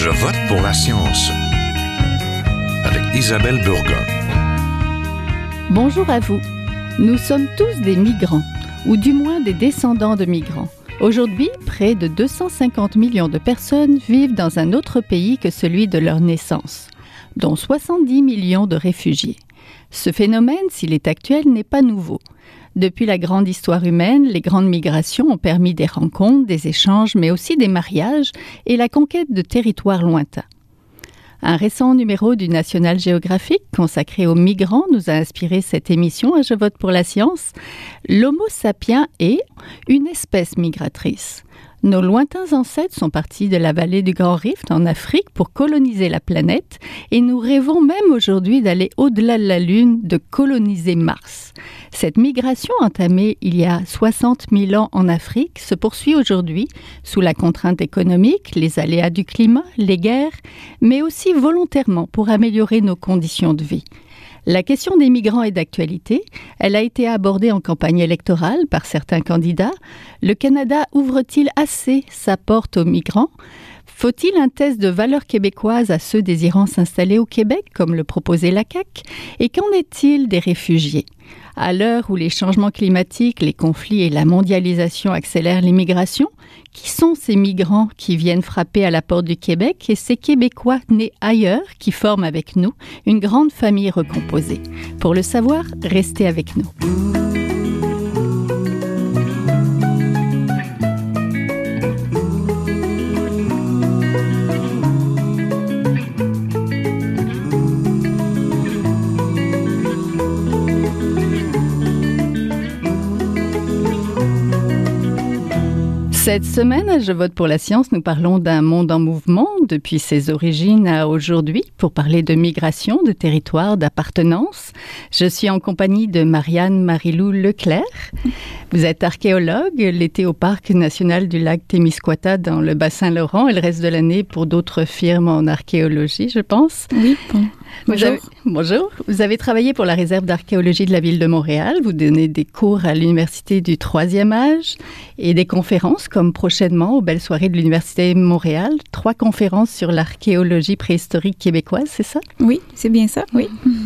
Je vote pour la science avec Isabelle Burgon. Bonjour à vous. Nous sommes tous des migrants, ou du moins des descendants de migrants. Aujourd'hui, près de 250 millions de personnes vivent dans un autre pays que celui de leur naissance, dont 70 millions de réfugiés. Ce phénomène, s'il est actuel, n'est pas nouveau. Depuis la grande histoire humaine, les grandes migrations ont permis des rencontres, des échanges, mais aussi des mariages et la conquête de territoires lointains. Un récent numéro du National Geographic consacré aux migrants nous a inspiré cette émission à Je vote pour la science. L'Homo sapiens est une espèce migratrice. Nos lointains ancêtres sont partis de la vallée du Grand Rift en Afrique pour coloniser la planète et nous rêvons même aujourd'hui d'aller au-delà de la Lune, de coloniser Mars. Cette migration entamée il y a 60 000 ans en Afrique se poursuit aujourd'hui sous la contrainte économique, les aléas du climat, les guerres, mais aussi volontairement pour améliorer nos conditions de vie. La question des migrants est d'actualité. Elle a été abordée en campagne électorale par certains candidats. Le Canada ouvre-t-il assez sa porte aux migrants ? Faut-il un test de valeurs québécoises à ceux désirant s'installer au Québec, comme le proposait la CAQ ? Et qu'en est-il des réfugiés ? À l'heure où les changements climatiques, les conflits et la mondialisation accélèrent l'immigration, qui sont ces migrants qui viennent frapper à la porte du Québec et ces Québécois nés ailleurs qui forment avec nous une grande famille recomposée ? Pour le savoir, restez avec nous. Cette semaine, à Je vote pour la science, nous parlons d'un monde en mouvement depuis ses origines à aujourd'hui pour parler de migration, de territoire, d'appartenance. Je suis en compagnie de Marianne Marilou Leclerc. Vous êtes archéologue, l'été au Parc national du lac Témiscouata dans le Bas-Saint-Laurent et le reste de l'année pour d'autres firmes en archéologie, je pense. Oui, bon. Bonjour. Bonjour. Vous avez travaillé pour la réserve d'archéologie de la ville de Montréal. Vous donnez des cours à l'Université du Troisième Âge et des conférences comme prochainement aux Belles Soirées de l'Université de Montréal. 3 conférences sur l'archéologie préhistorique québécoise, c'est ça? Oui, c'est bien ça. Oui.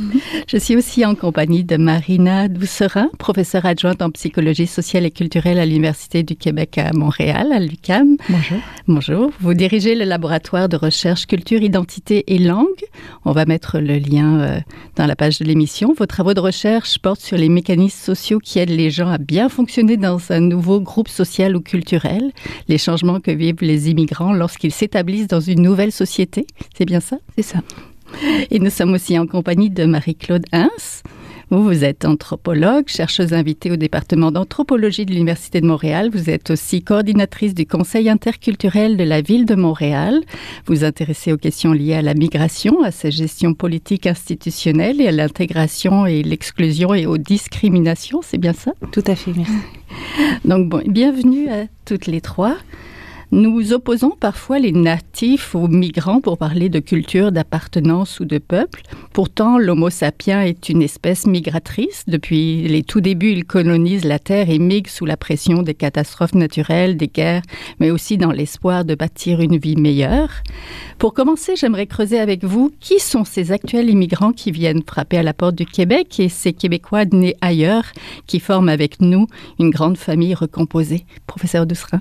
Je suis aussi en compagnie de Marina Doucerin, professeure adjointe en psychologie sociale et culturelle à l'Université du Québec à Montréal, à l'UQAM. Bonjour. Bonjour. Vous dirigez le laboratoire de recherche culture, identité et langue. On va mettre le lien dans la page de l'émission. Vos travaux de recherche portent sur les mécanismes sociaux qui aident les gens à bien fonctionner dans un nouveau groupe social ou culturel, les changements que vivent les immigrants lorsqu'ils s'établissent dans une nouvelle société. C'est bien ça? C'est ça. Et nous sommes aussi en compagnie de Marie-Claude Hins. Vous êtes anthropologue, chercheuse invitée au département d'anthropologie de l'Université de Montréal. Vous êtes aussi coordinatrice du Conseil interculturel de la ville de Montréal. Vous vous intéressez aux questions liées à la migration, à sa gestion politique institutionnelle et à l'intégration et l'exclusion et aux discriminations. C'est bien ça? Tout à fait, merci. Donc bon, bienvenue à toutes les 3. Nous opposons parfois les natifs aux migrants pour parler de culture, d'appartenance ou de peuple. Pourtant, l'Homo sapiens est une espèce migratrice. Depuis les tout débuts, il colonise la Terre et migre sous la pression des catastrophes naturelles, des guerres, mais aussi dans l'espoir de bâtir une vie meilleure. Pour commencer, j'aimerais creuser avec vous qui sont ces actuels immigrants qui viennent frapper à la porte du Québec et ces Québécois nés ailleurs qui forment avec nous une grande famille recomposée. Professeur Doucerin.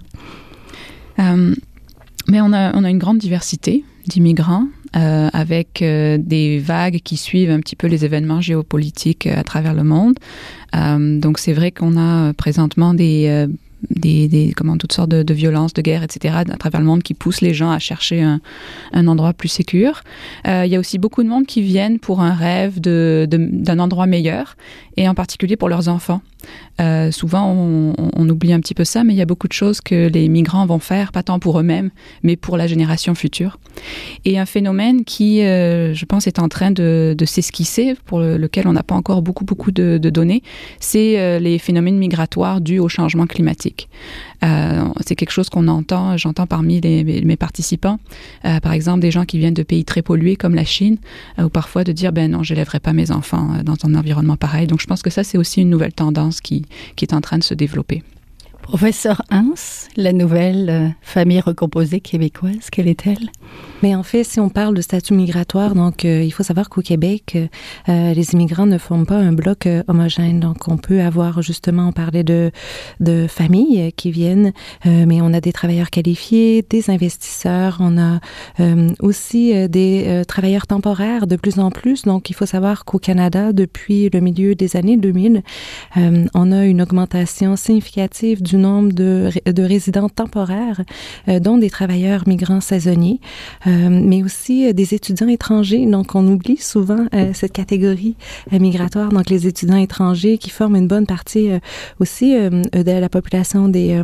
Mais on a une grande diversité d'immigrants avec des vagues qui suivent un petit peu les événements géopolitiques à travers le monde. Donc c'est vrai qu'on a présentement toutes sortes de violences, de guerres, etc. à travers le monde qui poussent les gens à chercher un endroit plus sécure. Il y a aussi beaucoup de monde qui viennent pour un rêve d'un endroit meilleur et en particulier pour leurs enfants. Souvent, on oublie un petit peu ça, mais il y a beaucoup de choses que les migrants vont faire, pas tant pour eux-mêmes, mais pour la génération future. Et un phénomène qui, je pense, est en train de s'esquisser, pour lequel on n'a pas encore beaucoup de données, c'est les phénomènes migratoires dus au changement climatique. C'est quelque chose j'entends parmi mes participants, par exemple des gens qui viennent de pays très pollués comme la Chine, ou parfois de dire non, je n'élèverai pas mes enfants dans un environnement pareil. Donc je pense que ça, c'est aussi une nouvelle tendance qui est en train de se développer. Professeur Hintz, la nouvelle famille recomposée québécoise, quelle est-elle? Mais en fait, si on parle de statut migratoire, donc il faut savoir qu'au Québec, les immigrants ne forment pas un bloc homogène. Donc, on peut avoir justement, on parlait de familles qui viennent, mais on a des travailleurs qualifiés, des investisseurs, on a aussi des travailleurs temporaires de plus en plus. Donc, il faut savoir qu'au Canada, depuis le milieu des années 2000, on a une augmentation significative du nombre de résidents temporaires, dont des travailleurs migrants saisonniers, mais aussi des étudiants étrangers. Donc, on oublie souvent cette catégorie migratoire. Donc, les étudiants étrangers qui forment une bonne partie aussi de la population des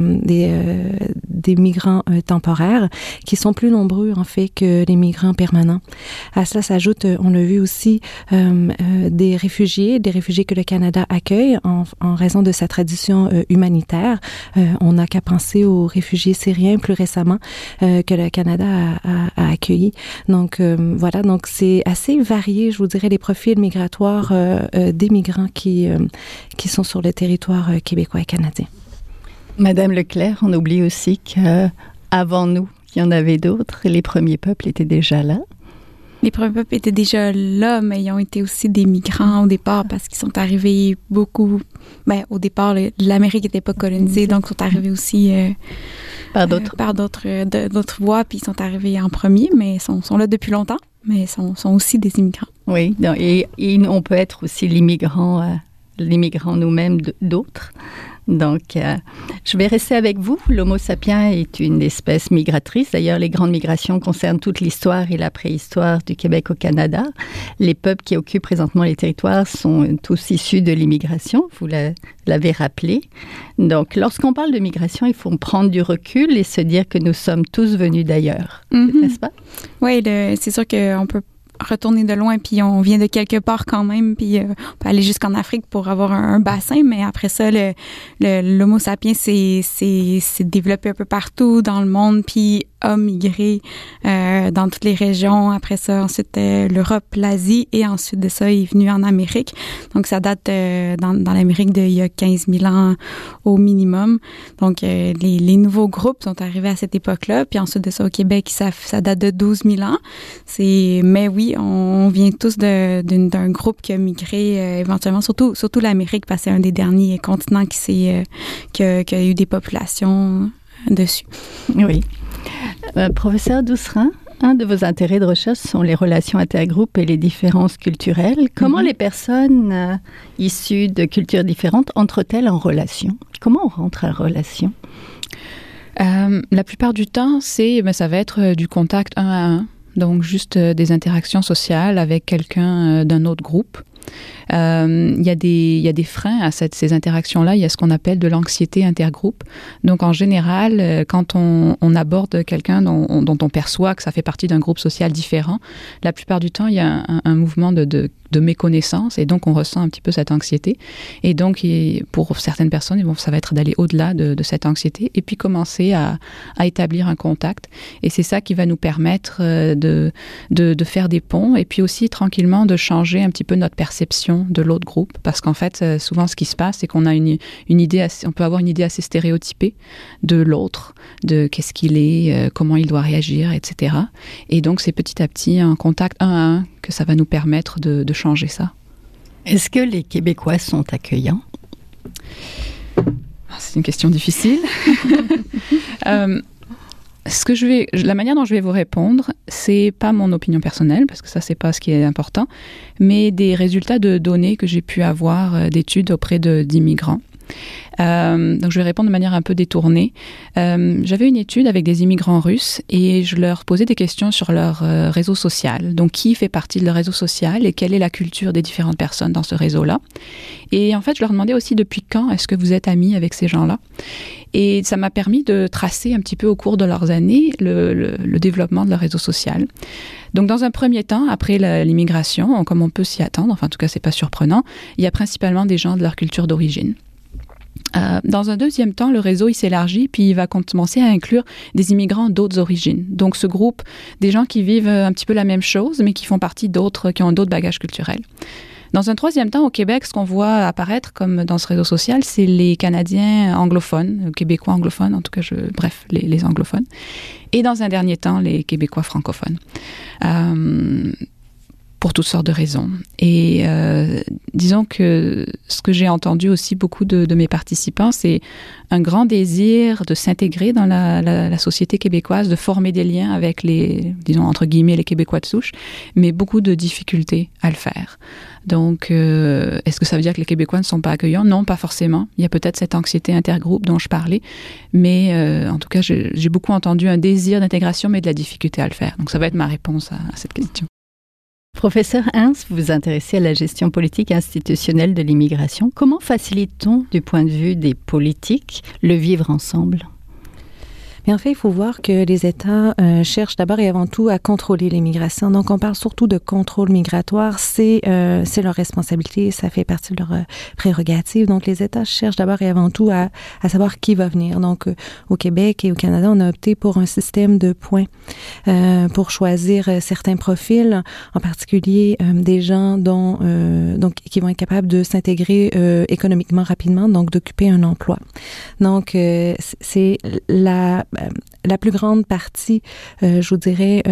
migrants temporaires, qui sont plus nombreux, en fait, que les migrants permanents. À cela s'ajoute, on l'a vu aussi, des réfugiés que le Canada accueille en raison de sa tradition humanitaire. On n'a qu'à penser aux réfugiés syriens plus récemment que le Canada a accueillis. Donc, voilà, donc c'est assez varié, je vous dirais, les profils migratoires des migrants qui sont sur le territoire québécois et canadien. Madame Leclerc, on oublie aussi qu'avant nous, il y en avait d'autres. Les premiers peuples étaient déjà là. Les premiers peuples étaient déjà là, mais ils ont été aussi des migrants au départ parce qu'ils sont arrivés beaucoup... au départ, l'Amérique n'était pas colonisée, donc ils sont arrivés aussi par d'autres voies, puis ils sont arrivés en premier, mais ils sont là depuis longtemps, mais ils sont aussi des immigrants. Oui, et on peut être aussi l'immigrant nous-mêmes d'autres. Donc, je vais rester avec vous. L'Homo sapiens est une espèce migratrice. D'ailleurs, les grandes migrations concernent toute l'histoire et la préhistoire du Québec au Canada. Les peuples qui occupent présentement les territoires sont tous issus de l'immigration. Vous l'avez rappelé. Donc, lorsqu'on parle de migration, il faut prendre du recul et se dire que nous sommes tous venus d'ailleurs. N'est-ce pas? Oui, c'est sûr qu'on peut retourner de loin, puis on vient de quelque part quand même, puis on peut aller jusqu'en Afrique pour avoir un bassin, mais après ça, l'Homo sapiens s'est développé un peu partout dans le monde, puis a migré dans toutes les régions. Après ça, ensuite l'Europe, l'Asie, et ensuite de ça, il est venu en Amérique. Donc, ça date dans l'Amérique d'il y a 15 000 ans au minimum. Donc, les nouveaux groupes sont arrivés à cette époque-là. Puis ensuite de ça, au Québec, ça date de 12 000 ans. Mais oui, on vient tous d'un groupe qui a migré éventuellement, surtout l'Amérique, parce que c'est un des derniers continents qui a eu des populations dessus. Oui. Professeur Doucerin, un de vos intérêts de recherche sont les relations intergroupes et les différences culturelles. Comment les personnes issues de cultures différentes entrent-elles en relation? Comment on rentre en relation? La plupart du temps, ça va être du contact un à un. Donc, juste des interactions sociales avec quelqu'un d'un autre groupe. Il y a des freins à ces interactions-là. Il y a ce qu'on appelle de l'anxiété intergroupe. Donc, en général, quand on aborde quelqu'un dont on perçoit que ça fait partie d'un groupe social différent, la plupart du temps, il y a un mouvement de méconnaissance, et donc on ressent un petit peu cette anxiété. Et donc, pour certaines personnes, ça va être d'aller au-delà de cette anxiété et puis commencer à établir un contact. Et c'est ça qui va nous permettre de faire des ponts, et puis aussi tranquillement de changer un petit peu notre perception de l'autre groupe, parce qu'en fait, souvent ce qui se passe, c'est qu'on a une idée on peut avoir une idée assez stéréotypée de l'autre, de qu'est-ce qu'il est, comment il doit réagir, etc. Et donc, c'est petit à petit un contact un à un que ça va nous permettre de changer ça. Est-ce que les Québécois sont accueillants? C'est une question difficile. La manière dont je vais vous répondre, c'est pas mon opinion personnelle, parce que ça, c'est pas ce qui est important, mais des résultats de données que j'ai pu avoir d'études auprès d'immigrants. Donc, je vais répondre de manière un peu détournée. J'avais une étude avec des immigrants russes et je leur posais des questions sur leur réseau social. Donc, qui fait partie de leur réseau social et quelle est la culture des différentes personnes dans ce réseau-là. Et en fait, je leur demandais aussi depuis quand est-ce que vous êtes amis avec ces gens-là. Et ça m'a permis de tracer un petit peu au cours de leurs années le développement de leur réseau social. Donc, dans un premier temps, après l'immigration, comme on peut s'y attendre, enfin, en tout cas, c'est pas surprenant, il y a principalement des gens de leur culture d'origine. Dans un deuxième temps, le réseau il s'élargit, puis il va commencer à inclure des immigrants d'autres origines. Donc, ce groupe, des gens qui vivent un petit peu la même chose, mais qui font partie qui ont d'autres bagages culturels. Dans un troisième temps, au Québec, ce qu'on voit apparaître comme dans ce réseau social, c'est les Canadiens anglophones, Québécois anglophones, en tout cas, bref, les anglophones. Et dans un dernier temps, les Québécois francophones. Pour toutes sortes de raisons. Et disons que ce que j'ai entendu aussi beaucoup de mes participants, c'est un grand désir de s'intégrer dans la société québécoise, de former des liens avec les, disons, entre guillemets, les Québécois de souche, mais beaucoup de difficultés à le faire. Donc, est-ce que ça veut dire que les Québécois ne sont pas accueillants? Non, pas forcément. Il y a peut-être cette anxiété intergroupe dont je parlais, mais en tout cas, j'ai beaucoup entendu un désir d'intégration, mais de la difficulté à le faire. Donc, ça va être ma réponse à cette question. Professeur Hins, vous vous intéressez à la gestion politique institutionnelle de l'immigration. Comment facilite-t-on, du point de vue des politiques, le vivre ensemble? Mais en fait, il faut voir que les États cherchent d'abord et avant tout à contrôler l'immigration. Donc, on parle surtout de contrôle migratoire. C'est leur responsabilité, ça fait partie de leur prérogative. Donc, les États cherchent d'abord et avant tout à savoir qui va venir. Donc, au Québec et au Canada, on a opté pour un système de points pour choisir certains profils, en particulier des gens donc qui vont être capables de s'intégrer économiquement rapidement, donc d'occuper un emploi. Donc, c'est la plus grande partie, je vous dirais,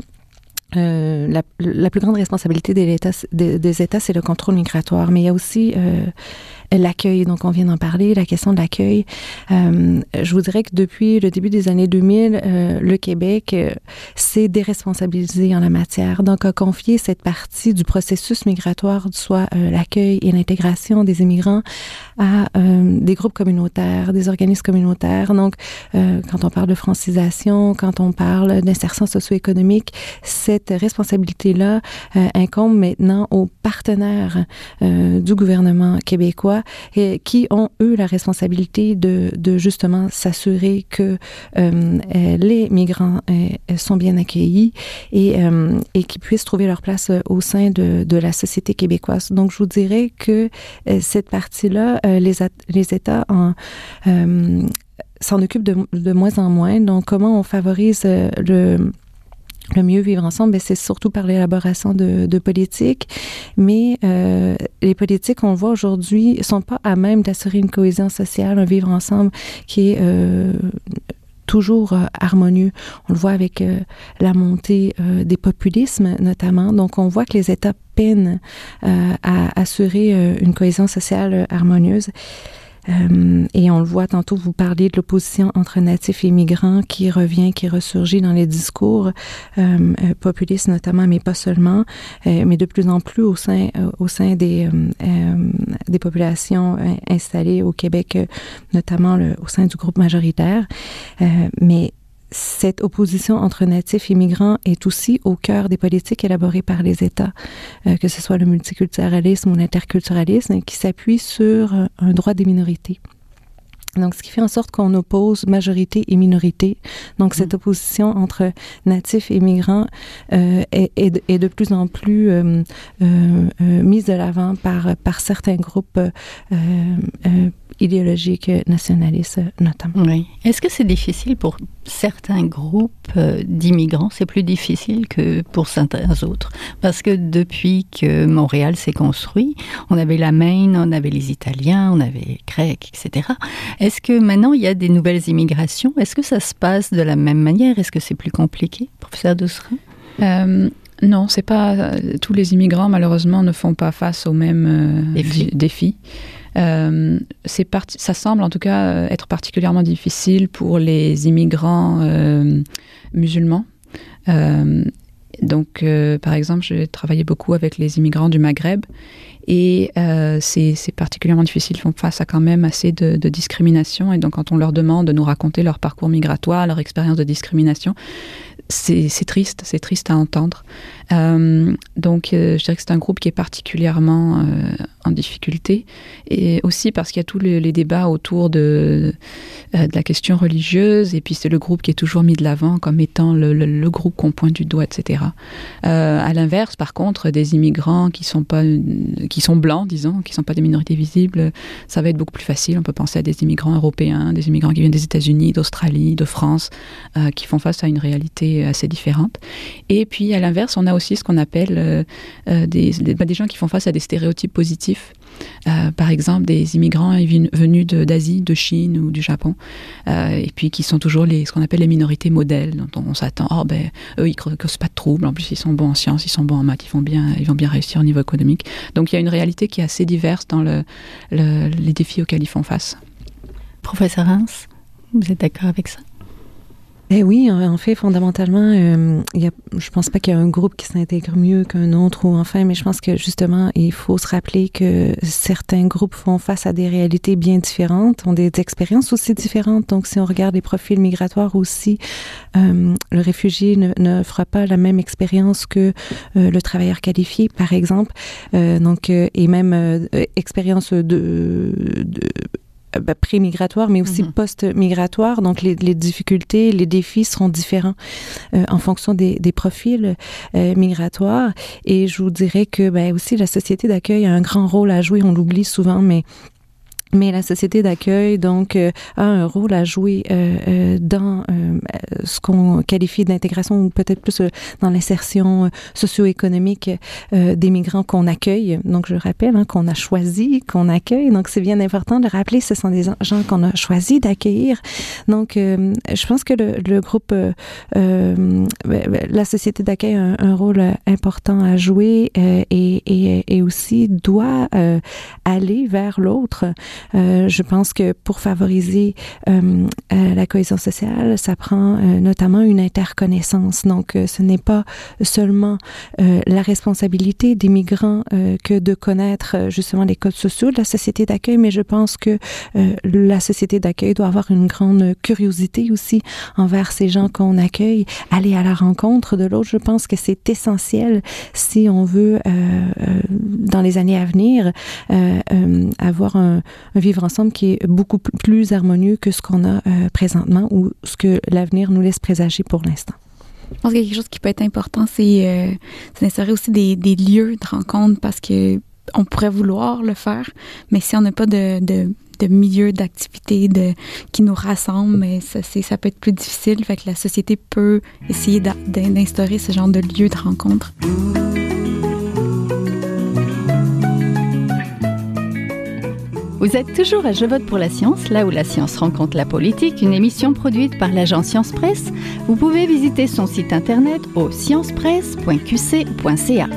la plus grande responsabilité des États, c'est le contrôle migratoire. Mais il y a aussi l'accueil, donc on vient d'en parler, la question de l'accueil. Je vous dirais que depuis le début des années 2000, le Québec s'est déresponsabilisé en la matière, donc a confié cette partie du processus migratoire, soit l'accueil et l'intégration des immigrants, à des groupes communautaires, des organismes communautaires. Donc, quand on parle de francisation, quand on parle d'insertion socio-économique, cette responsabilité-là incombe maintenant aux partenaires du gouvernement québécois et qui ont, eux, la responsabilité de justement s'assurer que les migrants sont bien accueillis et qu'ils puissent trouver leur place au sein de la société québécoise. Donc, je vous dirais que cette partie-là, les États s'en occupent de moins en moins. Donc, comment on favorise le mieux vivre ensemble, bien, c'est surtout par l'élaboration de politiques. Mais les politiques, on le voit aujourd'hui, sont pas à même d'assurer une cohésion sociale, un vivre ensemble qui est toujours harmonieux. On le voit avec la montée des populismes, notamment. Donc, on voit que les États peinent à assurer une cohésion sociale harmonieuse. Et on le voit tantôt, vous parliez de l'opposition entre natifs et migrants qui revient, qui ressurgit dans les discours populistes notamment, mais pas seulement, mais de plus en plus au sein des populations installées au Québec, notamment au sein du groupe majoritaire. Mais cette opposition entre natifs et migrants est aussi au cœur des politiques élaborées par les États, que ce soit le multiculturalisme ou l'interculturalisme, qui s'appuie sur un droit des minorités. Donc, ce qui fait en sorte qu'on oppose majorité et minorité. Donc, cette opposition entre natifs et migrants est de plus en plus mise de l'avant par certains groupes idéologiques nationalistes, notamment. Oui. Est-ce que c'est difficile pour certains groupes d'immigrants? C'est plus difficile que pour certains autres. Parce que depuis que Montréal s'est construit, on avait la Maine, on avait les Italiens, on avait les Grecs, etc. Est-ce que maintenant, il y a des nouvelles immigrations? Est-ce que ça se passe de la même manière? Est-ce que c'est plus compliqué, professeur Doucerin? Non, c'est pas... Tous les immigrants, malheureusement, ne font pas face aux mêmes défis. Ça semble en tout cas être particulièrement difficile pour les immigrants musulmans. Donc, par exemple, j'ai travaillé beaucoup avec les immigrants du Maghreb et c'est particulièrement difficile. Ils font face à quand même assez de discrimination. Et donc, quand on leur demande de nous raconter leur parcours migratoire, leur expérience de discrimination, c'est triste à entendre. Donc, je dirais que c'est un groupe qui est particulièrement en difficulté, et aussi parce qu'il y a tous les débats autour de la question religieuse, et puis c'est le groupe qui est toujours mis de l'avant comme étant le groupe qu'on pointe du doigt, etc. À l'inverse, par contre, des immigrants qui qui sont blancs, disons, qui ne sont pas des minorités visibles, ça va être beaucoup plus facile. On peut penser à des immigrants européens, des immigrants qui viennent des États-Unis, d'Australie, de France, qui font face à une réalité assez différente. Et puis, à l'inverse, on a aussi ce qu'on appelle des gens qui font face à des stéréotypes positifs. Par exemple, des immigrants venus d'Asie, de Chine ou du Japon, et puis qui sont toujours ce qu'on appelle les minorités modèles, dont on s'attend, eux, ils ne causent pas de troubles, en plus ils sont bons en sciences, ils sont bons en maths, ils vont bien réussir au niveau économique. Donc il y a une réalité qui est assez diverse dans les défis auxquels ils font face. Professeur Reims, vous êtes d'accord avec ça? Oui, en fait, fondamentalement, je pense pas qu'il y a un groupe qui s'intègre mieux qu'un autre, mais je pense que justement, il faut se rappeler que certains groupes font face à des réalités bien différentes, ont des expériences aussi différentes. Donc, si on regarde les profils migratoires aussi, le réfugié ne fera pas la même expérience que le travailleur qualifié, par exemple. Et même expérience pré-migratoire, mais aussi post-migratoire. Donc, les difficultés, les défis seront différents en fonction des profils migratoires. Et je vous dirais que aussi la société d'accueil a un grand rôle à jouer. On l'oublie souvent, mais la société d'accueil, donc, a un rôle à jouer dans ce qu'on qualifie d'intégration, ou peut-être plus dans l'insertion socio-économique des migrants qu'on accueille. Donc, je rappelle qu'on a choisi, qu'on accueille. Donc, c'est bien important de rappeler, ce sont des gens qu'on a choisi d'accueillir. Donc, je pense que le groupe, la société d'accueil a un rôle important à jouer et aussi doit aller vers l'autre. Je pense que pour favoriser la cohésion sociale, ça prend notamment une interconnaissance. Donc, ce n'est pas seulement la responsabilité des migrants que de connaître justement les codes sociaux de la société d'accueil, mais je pense que la société d'accueil doit avoir une grande curiosité aussi envers ces gens qu'on accueille, aller à la rencontre de l'autre. Je pense que c'est essentiel si on veut, dans les années à venir, avoir un vivre ensemble qui est beaucoup plus harmonieux que ce qu'on a présentement ou ce que l'avenir nous laisse présager pour l'instant. Je pense qu'il y a quelque chose qui peut être important, c'est d'instaurer aussi des lieux de rencontre, parce que on pourrait vouloir le faire, mais si on n'a pas de milieu d'activité qui nous rassemble, mais ça peut être plus difficile. Fait que la société peut essayer d'instaurer ce genre de lieu de rencontre. Vous êtes toujours à Je vote pour la science, là où la science rencontre la politique, une émission produite par l'agence Science Presse. Vous pouvez visiter son site internet au sciencepresse.qc.ca.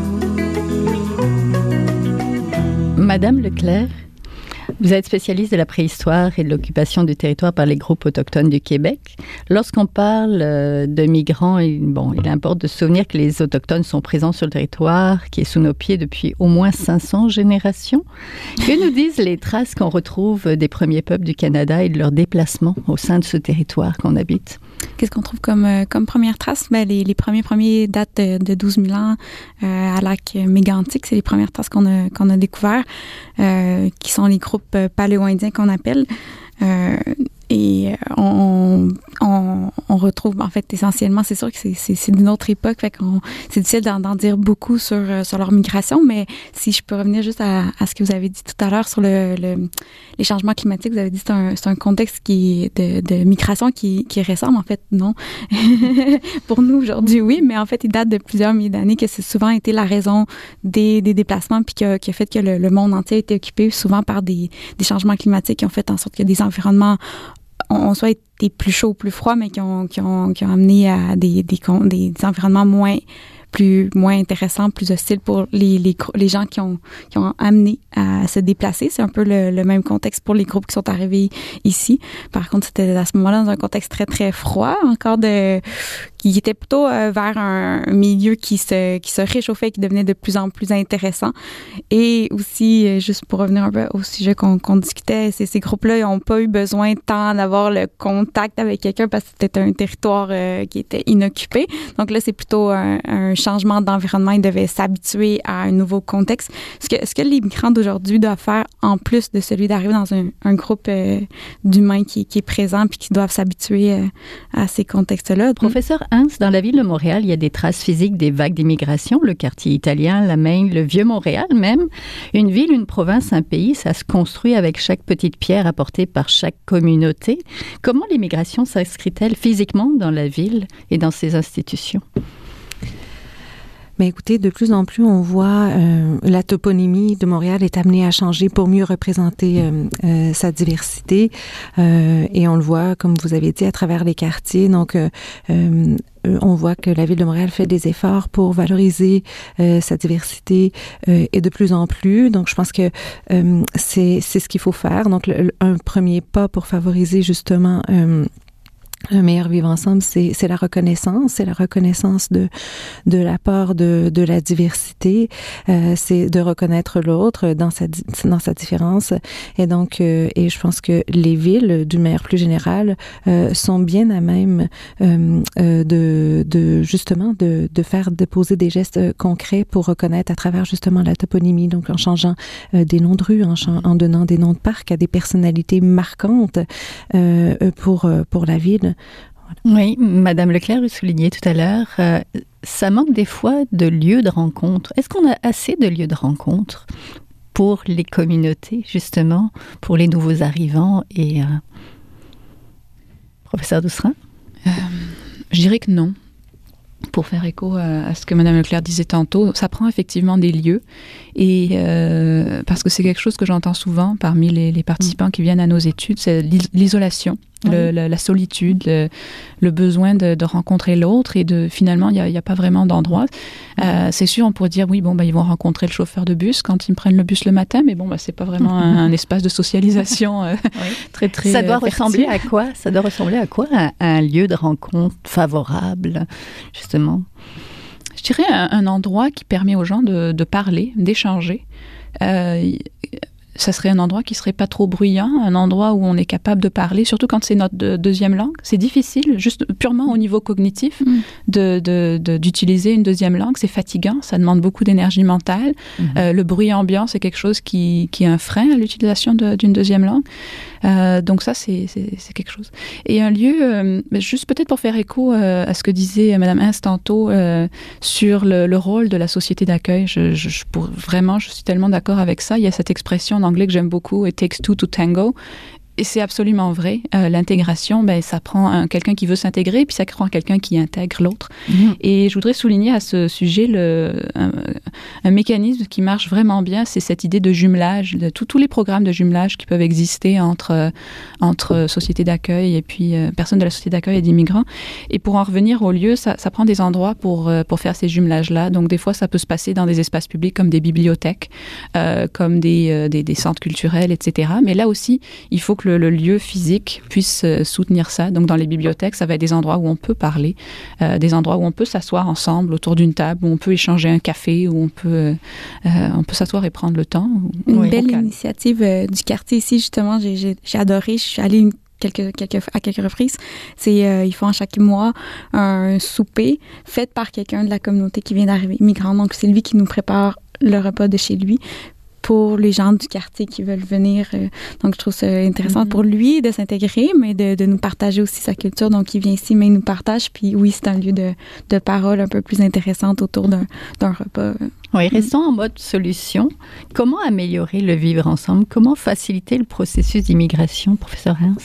Madame Leclerc, vous êtes spécialiste de la préhistoire et de l'occupation du territoire par les groupes autochtones du Québec. Lorsqu'on parle de migrants, il importe de se souvenir que les autochtones sont présents sur le territoire qui est sous nos pieds depuis au moins 500 générations. Que nous disent les traces qu'on retrouve des premiers peuples du Canada et de leur déplacement au sein de ce territoire qu'on habite? Qu'est-ce qu'on trouve comme première trace? Les premiers datent de 12 000 ans à lac mégantic. C'est les premières traces qu'on a découvertes, qui sont les groupes paléo-indiens qu'on appelle. Et on retrouve, en fait, essentiellement, c'est sûr que c'est d'une autre époque, fait qu'on c'est difficile d'en dire beaucoup sur leur migration, mais si je peux revenir juste à ce que vous avez dit tout à l'heure sur les changements climatiques, vous avez dit que c'est un contexte de migration qui est récent, mais en fait, non. Pour nous, aujourd'hui, oui, mais en fait, il date de plusieurs milliers d'années, que c'est souvent été la raison des déplacements, puis qui a fait que le monde entier a été occupé souvent par des changements climatiques qui ont fait en sorte que des environnements ont soit été plus chauds, plus froids, mais qui ont amené à des environnements moins intéressants, plus hostiles pour les gens qui ont amené à se déplacer. C'est un peu le même contexte pour les groupes qui sont arrivés ici. Par contre, c'était à ce moment-là dans un contexte très, très froid, qui était plutôt vers un milieu qui se réchauffait, qui devenait de plus en plus intéressant. Et aussi, juste pour revenir un peu au sujet qu'on discutait, ces groupes-là n'ont pas eu besoin tant d'avoir le contact avec quelqu'un parce que c'était un territoire qui était inoccupé. Donc là, c'est plutôt un changement d'environnement. Ils devaient s'habituer à un nouveau contexte. Ce que les migrants d'aujourd'hui doivent faire, en plus de celui d'arriver dans un groupe d'humains qui est présent puis qui doivent s'habituer à ces contextes-là. Professeur Hans, dans la ville de Montréal, il y a des traces physiques des vagues d'immigration, le quartier italien, la Maine, le Vieux-Montréal même. Une ville, une province, un pays, ça se construit avec chaque petite pierre apportée par chaque communauté. Comment l'immigration s'inscrit-elle physiquement dans la ville et dans ses institutions? Mais écoutez, de plus en plus, on voit la toponymie de Montréal est amenée à changer pour mieux représenter sa diversité. Et on le voit, comme vous avez dit, à travers les quartiers. Donc, on voit que la Ville de Montréal fait des efforts pour valoriser sa diversité et de plus en plus. Donc, je pense que c'est ce qu'il faut faire. Donc, un premier pas pour favoriser justement un meilleur vivre ensemble, c'est la reconnaissance de l'apport de la diversité, c'est de reconnaître l'autre dans sa différence. Et donc, et je pense que les villes, d'une manière plus générale, sont bien à même de faire déposer des gestes concrets pour reconnaître à travers justement la toponymie, donc en changeant des noms de rues, en donnant des noms de parcs à des personnalités marquantes pour la ville. Voilà. Oui, Madame Leclerc le soulignait tout à l'heure, ça manque des fois de lieux de rencontre. Est-ce qu'on a assez de lieux de rencontre pour les communautés, justement, pour les nouveaux arrivants et Professeur Doucerin? Je dirais que non. Pour faire écho à ce que Mme Leclerc disait tantôt, ça prend effectivement des lieux et parce que c'est quelque chose que j'entends souvent parmi les participants qui viennent à nos études, c'est l'isolation. Oui. La solitude, le besoin de rencontrer l'autre et finalement, il n'y a pas vraiment d'endroit. C'est sûr, on pourrait dire, oui, ils vont rencontrer le chauffeur de bus quand ils prennent le bus le matin, mais c'est pas vraiment un espace de socialisation très, très Ça doit fertile. ressembler à quoi? Ça doit ressembler à quoi un lieu de rencontre favorable, justement? Je dirais un endroit qui permet aux gens de parler, d'échanger. Ça serait un endroit qui serait pas trop bruyant, un endroit où on est capable de parler, surtout quand c'est notre deuxième langue. C'est difficile, juste purement au niveau cognitif, d'utiliser une deuxième langue. C'est fatigant, ça demande beaucoup d'énergie mentale. Le bruit ambiant, c'est quelque chose qui est un frein à l'utilisation d'une deuxième langue. Donc ça, c'est quelque chose. Et un lieu, juste peut-être pour faire écho à ce que disait Mme Hans tantôt sur le rôle de la société d'accueil, je suis tellement d'accord avec ça. Il y a cette expression en anglais que j'aime beaucoup, « It takes two to tango ». Et c'est absolument vrai. L'intégration, ça prend quelqu'un qui veut s'intégrer, puis ça prend quelqu'un qui intègre l'autre. Et je voudrais souligner à ce sujet un mécanisme qui marche vraiment bien, c'est cette idée de jumelage, de tous les programmes de jumelage qui peuvent exister entre sociétés d'accueil et puis personnes de la société d'accueil et d'immigrants. Et pour en revenir au lieu, ça prend des endroits pour faire ces jumelages-là. Donc des fois, ça peut se passer dans des espaces publics comme des bibliothèques, comme des centres culturels, etc. Mais là aussi, il faut que le lieu physique puisse soutenir ça. Donc, dans les bibliothèques, ça va être des endroits où on peut parler, des endroits où on peut s'asseoir ensemble autour d'une table, où on peut échanger un café, où on peut s'asseoir et prendre le temps. Une belle initiative du quartier ici, justement, j'ai adoré. Je suis allée à quelques reprises. Ils font chaque mois un souper fait par quelqu'un de la communauté qui vient d'arriver, migrant. Donc, c'est lui qui nous prépare le repas de chez lui pour les gens du quartier qui veulent venir. Donc, je trouve ça intéressant pour lui de s'intégrer, mais de nous partager aussi sa culture. Donc, il vient ici, mais il nous partage. Puis oui, c'est un lieu de parole un peu plus intéressante autour d'un repas. Oui, restons en mode solution. Comment améliorer le vivre ensemble? Comment faciliter le processus d'immigration, professeur Hans?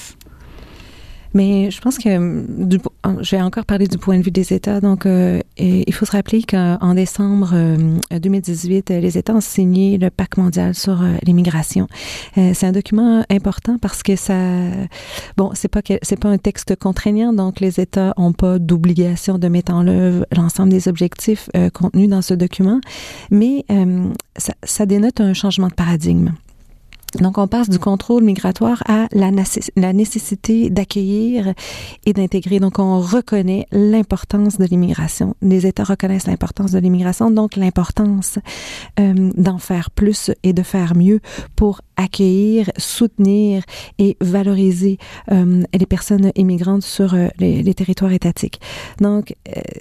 Mais je pense que je vais encore parler du point de vue des États. Donc, il faut se rappeler qu'en décembre 2018, les États ont signé le Pacte mondial sur l'immigration. C'est un document important parce que c'est pas un texte contraignant, donc les États n'ont pas d'obligation de mettre en œuvre l'ensemble des objectifs contenus dans ce document, mais ça dénote un changement de paradigme. Donc, on passe du contrôle migratoire à la nécessité d'accueillir et d'intégrer. Donc, on reconnaît l'importance de l'immigration. Les États reconnaissent l'importance de l'immigration, donc l'importance d'en faire plus et de faire mieux pour accueillir, soutenir et valoriser les personnes immigrantes sur les territoires étatiques. Donc,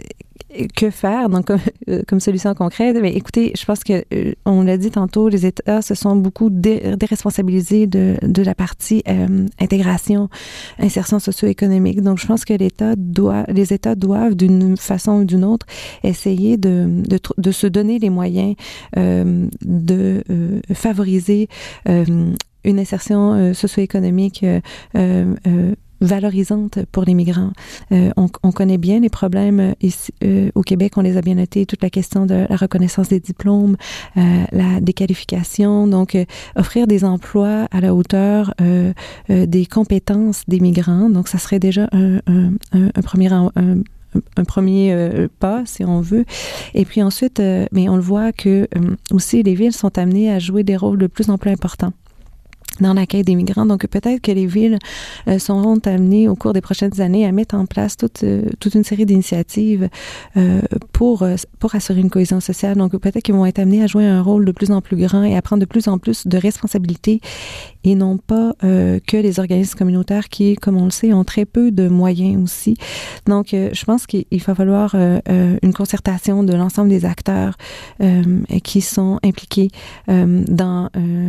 que faire, donc comme solution concrète? Mais écoutez, je pense que on l'a dit tantôt, les États se sont beaucoup déresponsabilisés de la partie intégration, insertion socio-économique. Donc, je pense que les États doivent, d'une façon ou d'une autre, essayer de se donner les moyens de favoriser une insertion socio-économique valorisante pour les migrants. On connaît bien les problèmes ici au Québec, on les a bien notés, toute la question de la reconnaissance des diplômes, la déqualification, donc offrir des emplois à la hauteur des compétences des migrants. Donc ça serait déjà un premier pas, si on veut. Et puis ensuite, mais on le voit que aussi les villes sont amenées à jouer des rôles de plus en plus importants dans l'accueil des migrants. Donc, peut-être que les villes seront amenées au cours des prochaines années à mettre en place toute une série d'initiatives pour assurer une cohésion sociale. Donc, peut-être qu'ils vont être amenés à jouer un rôle de plus en plus grand et à prendre de plus en plus de responsabilités et non pas que les organismes communautaires qui, comme on le sait, ont très peu de moyens aussi. Donc, je pense qu'il va falloir une concertation de l'ensemble des acteurs qui sont impliqués dans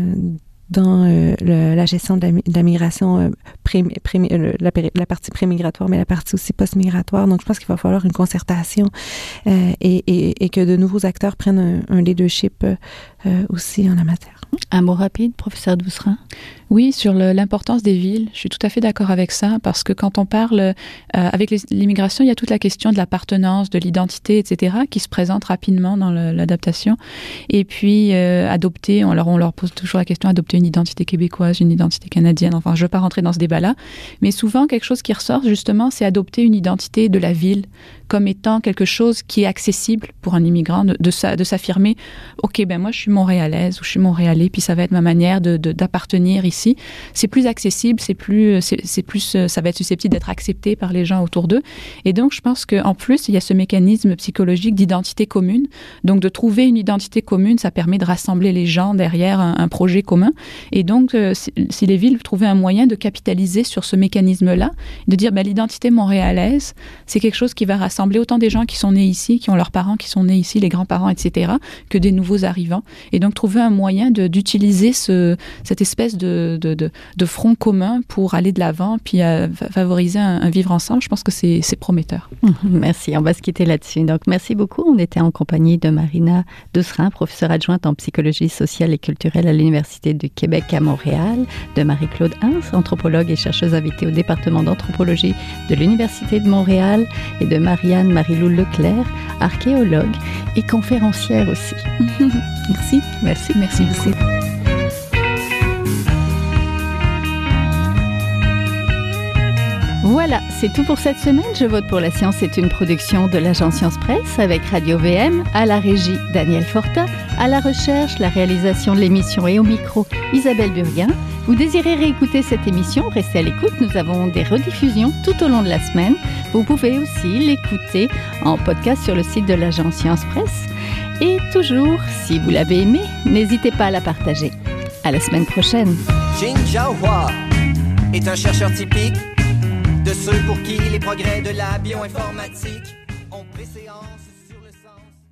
la gestion de la migration, la partie pré-migratoire, mais la partie aussi post-migratoire. Donc, je pense qu'il va falloir une concertation et que de nouveaux acteurs prennent un leadership aussi en la matière. Un mot rapide, professeur Doucerin? Oui, sur l'importance des villes, je suis tout à fait d'accord avec ça, parce que quand on parle avec l'immigration, il y a toute la question de l'appartenance, de l'identité, etc., qui se présente rapidement dans l'adaptation. Et puis, adopter, on leur pose toujours la question, adopter une identité québécoise, une identité canadienne. Enfin, je ne veux pas rentrer dans ce débat-là, mais souvent, quelque chose qui ressort, justement, c'est adopter une identité de la ville comme étant quelque chose qui est accessible pour un immigrant, de s'affirmer, OK, ben moi, je suis montréalaise ou je suis montréalais, puis ça va être ma manière d'appartenir ici. C'est plus accessible, c'est plus, ça va être susceptible d'être accepté par les gens autour d'eux. Et donc, je pense qu'en plus, il y a ce mécanisme psychologique d'identité commune. Donc, de trouver une identité commune, ça permet de rassembler les gens derrière un projet commun. Et donc, si les villes trouvaient un moyen de capitaliser sur ce mécanisme-là, de dire, ben, l'identité montréalaise, c'est quelque chose qui va rassembler autant des gens qui sont nés ici, qui ont leurs parents qui sont nés ici, les grands-parents, etc., que des nouveaux arrivants. Et donc, trouver un moyen d'utiliser cette espèce de front commun pour aller de l'avant, puis favoriser un vivre ensemble, je pense que c'est prometteur. Merci, on va se quitter là-dessus. Donc, merci beaucoup. On était en compagnie de Marina Doucerin, professeure adjointe en psychologie sociale et culturelle à l'Université du Québec à Montréal, de Marie-Claude Hins, anthropologue et chercheuse invitée au département d'anthropologie de l'Université de Montréal, et de Marianne Marie-Lou Leclerc, archéologue et conférencière aussi. Merci. Merci. Merci beaucoup. Voilà, c'est tout pour cette semaine. Je vote pour la science. C'est une production de l'agence Science Presse avec Radio VM, à la régie Daniel Fortin, à la recherche, la réalisation de l'émission et au micro Isabelle Burguin. Vous désirez réécouter cette émission? Restez à l'écoute. Nous avons des rediffusions tout au long de la semaine. Vous pouvez aussi l'écouter en podcast sur le site de l'agence Science Presse. Et toujours, si vous l'avez aimé, n'hésitez pas à la partager. À la semaine prochaine. Jin Jiahua est un chercheur typique de ceux pour qui les progrès de la bioinformatique ont préséance sur le sens.